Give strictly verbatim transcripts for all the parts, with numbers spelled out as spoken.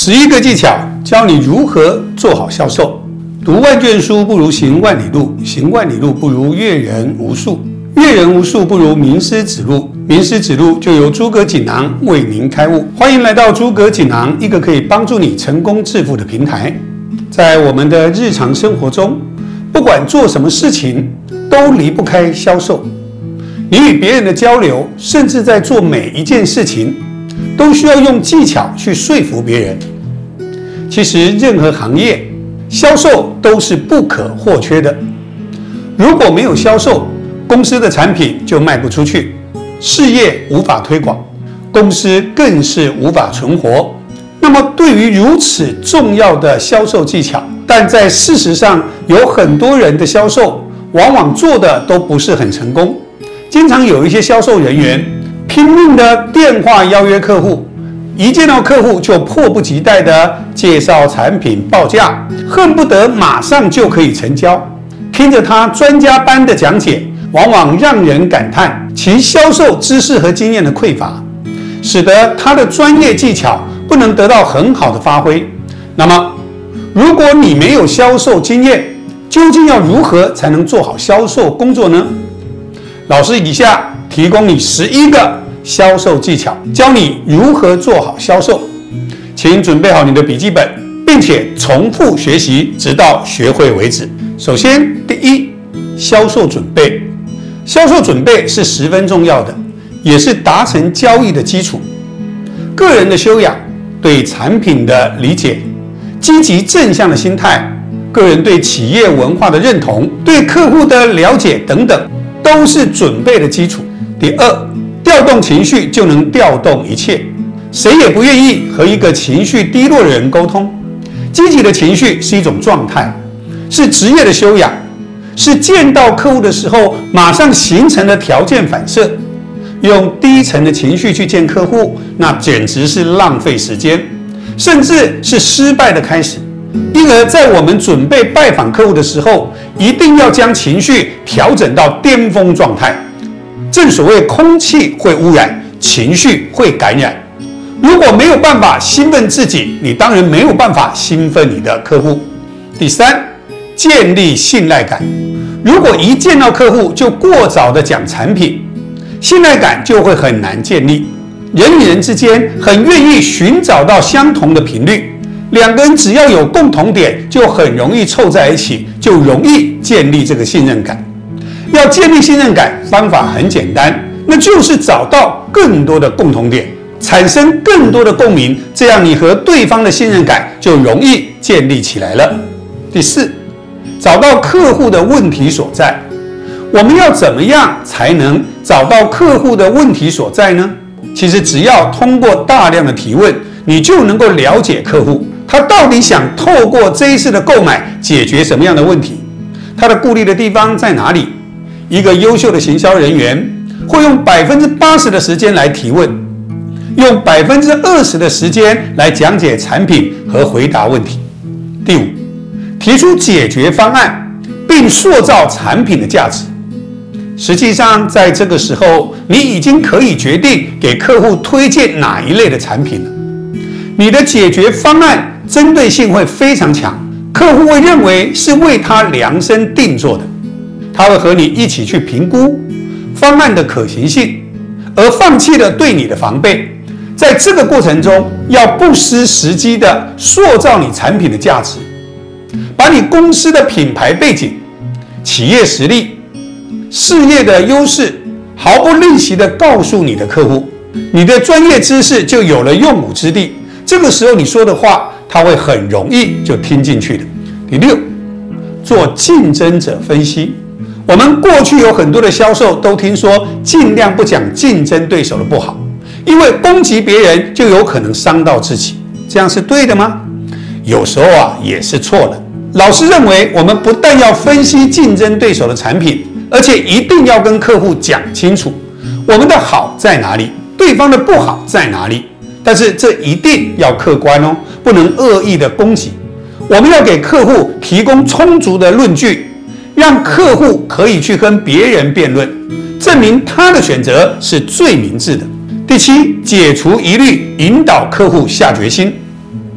十一个技巧教你如何做好销售。读万卷书不如行万里路，行万里路不如阅人无数，阅人无数不如名师指路，名师指路就由诸葛锦囊为您开悟。欢迎来到诸葛锦囊，一个可以帮助你成功致富的平台。在我们的日常生活中，不管做什么事情，都离不开销售。你与别人的交流，甚至在做每一件事情，都需要用技巧去说服别人。其实任何行业，销售都是不可或缺的。如果没有销售，公司的产品就卖不出去，事业无法推广，公司更是无法存活。那么对于如此重要的销售技巧，但在事实上有很多人的销售往往做的都不是很成功。经常有一些销售人员拼命的电话邀约客户，一见到客户就迫不及待的介绍产品报价，恨不得马上就可以成交。听着他专家般的讲解，往往让人感叹其销售知识和经验的匮乏，使得他的专业技巧不能得到很好的发挥。那么如果你没有销售经验，究竟要如何才能做好销售工作呢？老师以下提供你十一个销售技巧，教你如何做好销售。请准备好你的笔记本，并且重复学习，直到学会为止。首先，第一，销售准备。销售准备是十分重要的，也是达成交易的基础。个人的修养、对产品的理解、积极正向的心态、个人对企业文化的认同、对客户的了解等等，都是准备的基础。第二，调动情绪就能调动一切。谁也不愿意和一个情绪低落的人沟通。积极的情绪是一种状态，是职业的修养，是见到客户的时候马上形成的条件反射。用低沉的情绪去见客户，那简直是浪费时间，甚至是失败的开始。因而在我们准备拜访客户的时候，一定要将情绪调整到巅峰状态。正所谓空气会污染，情绪会感染。如果没有办法兴奋自己，你当然没有办法兴奋你的客户。第三，建立信赖感。如果一见到客户就过早的讲产品，信赖感就会很难建立。人与人之间很愿意寻找到相同的频率，两个人只要有共同点，就很容易凑在一起，就容易建立这个信任感。要建立信任感，方法很简单，那就是找到更多的共同点，产生更多的共鸣，这样你和对方的信任感就容易建立起来了。第四，找到客户的问题所在。我们要怎么样才能找到客户的问题所在呢？其实只要通过大量的提问，你就能够了解客户他到底想透过这一次的购买解决什么样的问题，他的顾虑的地方在哪里。一个优秀的行销人员会用百分之八十的时间来提问，用百分之二十的时间来讲解产品和回答问题。第五，提出解决方案，并塑造产品的价值。实际上，在这个时候，你已经可以决定给客户推荐哪一类的产品了。你的解决方案针对性会非常强，客户会认为是为他量身定做的。他会和你一起去评估方案的可行性，而放弃了对你的防备。在这个过程中，要不失时机的塑造你产品的价值，把你公司的品牌背景、企业实力、事业的优势毫不吝惜的告诉你的客户，你的专业知识就有了用武之地。这个时候你说的话，他会很容易就听进去的。第六，做竞争者分析。我们过去有很多的销售都听说尽量不讲竞争对手的不好，因为攻击别人就有可能伤到自己。这样是对的吗？有时候啊也是错的。老师认为，我们不但要分析竞争对手的产品，而且一定要跟客户讲清楚我们的好在哪里，对方的不好在哪里。但是这一定要客观哦，不能恶意的攻击。我们要给客户提供充足的论据，让客户可以去跟别人辩论，证明他的选择是最明智的。第七，解除疑虑，引导客户下决心。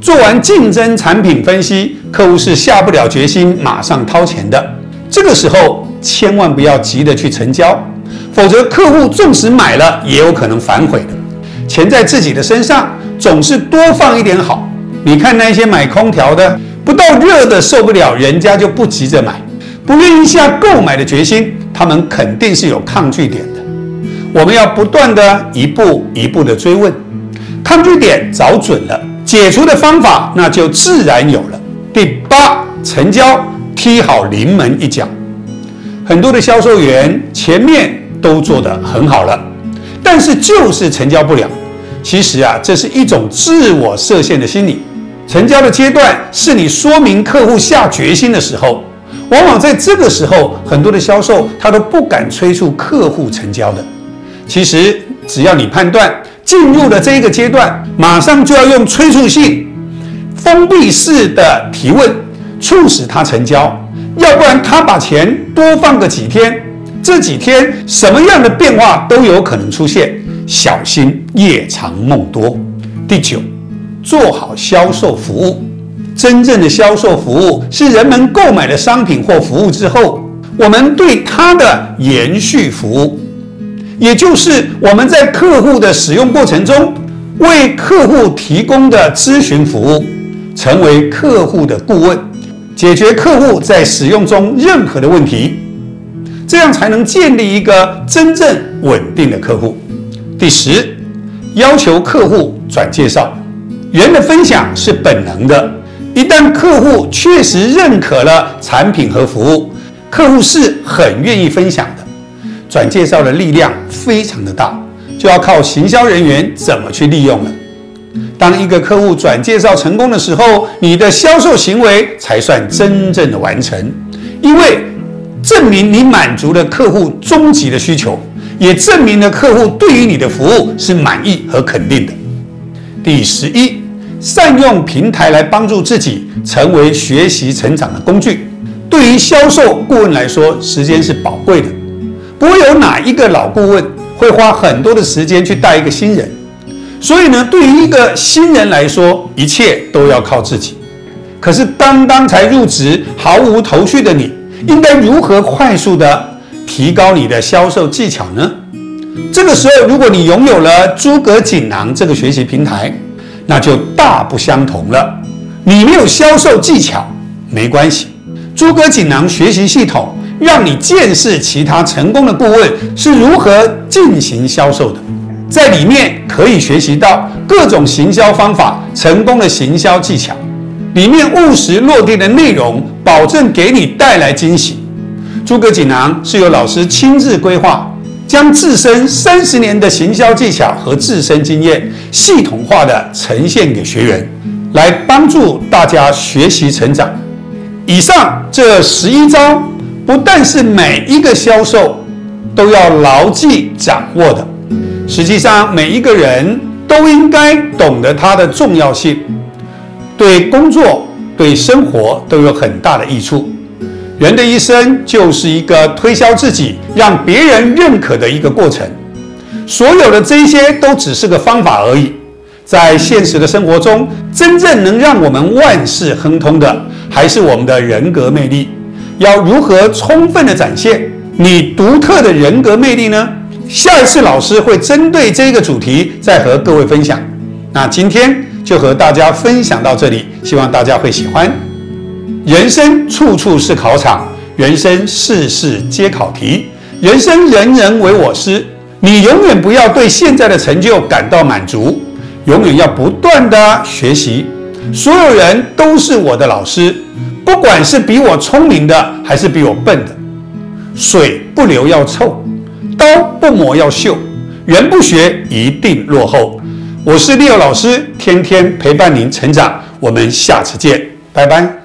做完竞争产品分析，客户是下不了决心马上掏钱的。这个时候千万不要急着去成交，否则客户纵使买了，也有可能反悔的。钱在自己的身上，总是多放一点好。你看那些买空调的，不到热的受不了，人家就不急着买，不愿意下购买的决心，他们肯定是有抗拒点的。我们要不断的一步一步的追问，抗拒点找准了，解除的方法那就自然有了。第八，成交踢好临门一脚。很多的销售员前面都做得很好了，但是就是成交不了。其实啊，这是一种自我设限的心理。成交的阶段是你说明客户下决心的时候，往往在这个时候，很多的销售他都不敢催促客户成交的。其实只要你判断进入了这一个阶段，马上就要用催促性、封闭式的提问，促使他成交，要不然他把钱多放个几天，这几天什么样的变化都有可能出现，小心夜长梦多。第九，做好销售服务。真正的销售服务是人们购买了商品或服务之后，我们对它的延续服务，也就是我们在客户的使用过程中为客户提供的咨询服务，成为客户的顾问，解决客户在使用中任何的问题，这样才能建立一个真正稳定的客户。第十，要求客户转介绍。人的分享是本能的，一旦客户确实认可了产品和服务，客户是很愿意分享的。转介绍的力量非常的大，就要靠行销人员怎么去利用了。当一个客户转介绍成功的时候，你的销售行为才算真正的完成，因为证明你满足了客户终极的需求，也证明了客户对于你的服务是满意和肯定的。第十一，善用平台来帮助自己成为学习成长的工具。对于销售顾问来说，时间是宝贵的，不会有哪一个老顾问会花很多的时间去带一个新人。所以呢，对于一个新人来说，一切都要靠自己。可是刚刚才入职毫无头绪的你，应该如何快速的提高你的销售技巧呢？这个时候，如果你拥有了诸葛锦囊这个学习平台，那就大不相同了。你没有销售技巧没关系，诸葛锦囊学习系统让你见识其他成功的顾问是如何进行销售的，在里面可以学习到各种行销方法、成功的行销技巧，里面务实落地的内容，保证给你带来惊喜。诸葛锦囊是由老师亲自规划，将自身三十年的行销技巧和自身经验系统化的呈现给学员，来帮助大家学习成长。以上这十一招，不但是每一个销售都要牢记掌握的，实际上每一个人都应该懂得它的重要性，对工作、对生活都有很大的益处。人的一生就是一个推销自己、让别人认可的一个过程，所有的这些都只是个方法而已。在现实的生活中，真正能让我们万事亨通的，还是我们的人格魅力。要如何充分的展现你独特的人格魅力呢？下一次老师会针对这个主题再和各位分享。那今天就和大家分享到这里，希望大家会喜欢。人生处处是考场，人生事事皆考题，人生人人为我师。你永远不要对现在的成就感到满足，永远要不断的学习。所有人都是我的老师，不管是比我聪明的还是比我笨的。水不流要臭，刀不磨要锈，人不学一定落后。我是Leo老师，天天陪伴您成长，我们下次见，拜拜。